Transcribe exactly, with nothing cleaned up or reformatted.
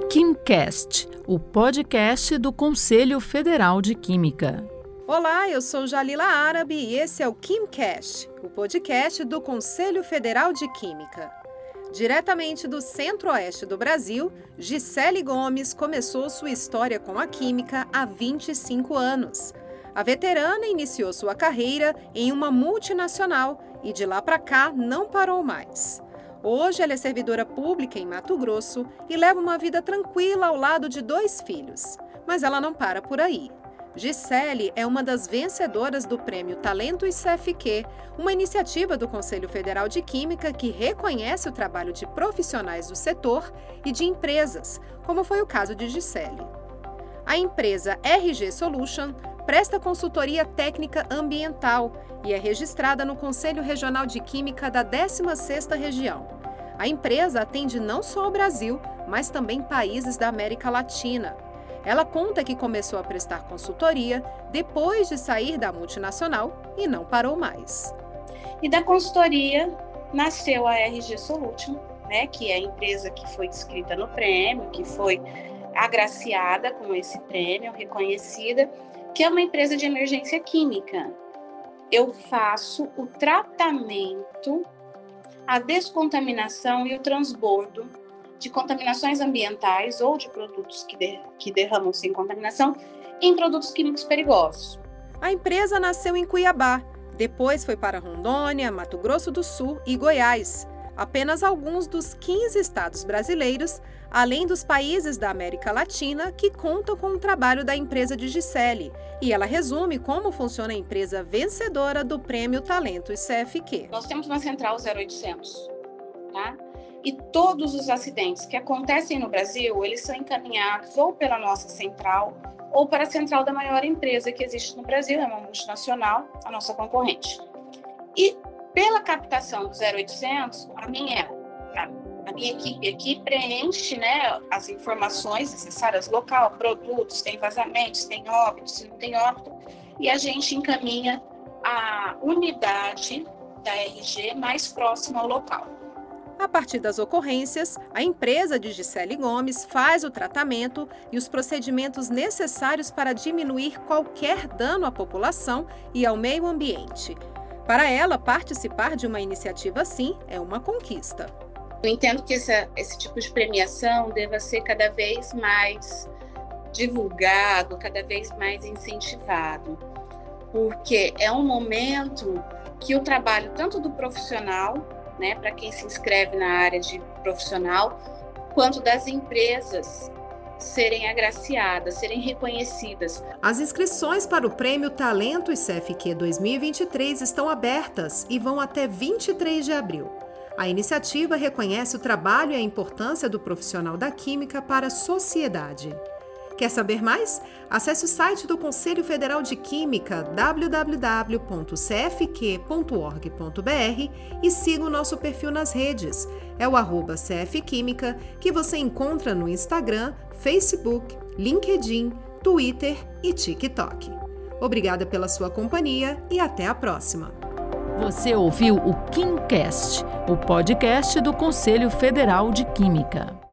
KimCast, o podcast do Conselho Federal de Química. Olá, eu sou Jalila Árabe e esse é o KimCast, o podcast do Conselho Federal de Química. Diretamente do centro-oeste do Brasil, Gisele Gomes começou sua história com a química há vinte e cinco anos. A veterana iniciou sua carreira em uma multinacional e de lá para cá não parou mais. Hoje ela é servidora pública em Mato Grosso e leva uma vida tranquila ao lado de dois filhos. Mas ela não para por aí. Gisele é uma das vencedoras do Prêmio Talento C F Q, uma iniciativa do Conselho Federal de Química que reconhece o trabalho de profissionais do setor e de empresas, como foi o caso de Gisele. A empresa R G Solution presta consultoria técnica ambiental e é registrada no Conselho Regional de Química da décima sexta Região. A empresa atende não só o Brasil, mas também países da América Latina. Ela conta que começou a prestar consultoria depois de sair da multinacional e não parou mais. E da consultoria nasceu a R G Solution, né, que é a empresa que foi inscrita no prêmio, que foi agraciada com esse prêmio, reconhecida, que é uma empresa de emergência química. Eu faço o tratamento, a descontaminação e o transbordo de contaminações ambientais ou de produtos que, de, que derramam sem contaminação em produtos químicos perigosos. A empresa nasceu em Cuiabá, depois foi para Rondônia, Mato Grosso do Sul e Goiás, apenas alguns dos quinze estados brasileiros, além dos países da América Latina que contam com o trabalho da empresa de Gisele. E ela resume como funciona a empresa vencedora do Prêmio Talento C F Q. Nós temos uma central zero oitocentos, tá? E todos os acidentes que acontecem no Brasil, eles são encaminhados ou pela nossa central ou para a central da maior empresa que existe no Brasil, é uma multinacional, a nossa concorrente. E pela captação do zero oitocentos, a minha, a, a minha equipe aqui preenche, né, as informações necessárias, local, produtos, tem vazamentos, tem óbito, se não tem óbito, e a gente encaminha a unidade da R G mais próxima ao local. A partir das ocorrências, a empresa de Gisele Gomes faz o tratamento e os procedimentos necessários para diminuir qualquer dano à população e ao meio ambiente. Para ela, participar de uma iniciativa assim é uma conquista. Eu entendo que esse, esse tipo de premiação deva ser cada vez mais divulgado, cada vez mais incentivado, porque é um momento que o trabalho tanto do profissional, né, para quem se inscreve na área de profissional, quanto das empresas serem agraciadas, serem reconhecidas. As inscrições para o Prêmio Talento C F Q dois mil e vinte e três estão abertas e vão até vinte e três de abril. A iniciativa reconhece o trabalho e a importância do profissional da química para a sociedade. Quer saber mais? Acesse o site do Conselho Federal de Química, w w w ponto c f q ponto org ponto b r, e siga o nosso perfil nas redes. É o arroba C F Química, que você encontra no Instagram, Facebook, LinkedIn, Twitter e TikTok. Obrigada pela sua companhia e até a próxima. Você ouviu o KimCast, o podcast do Conselho Federal de Química.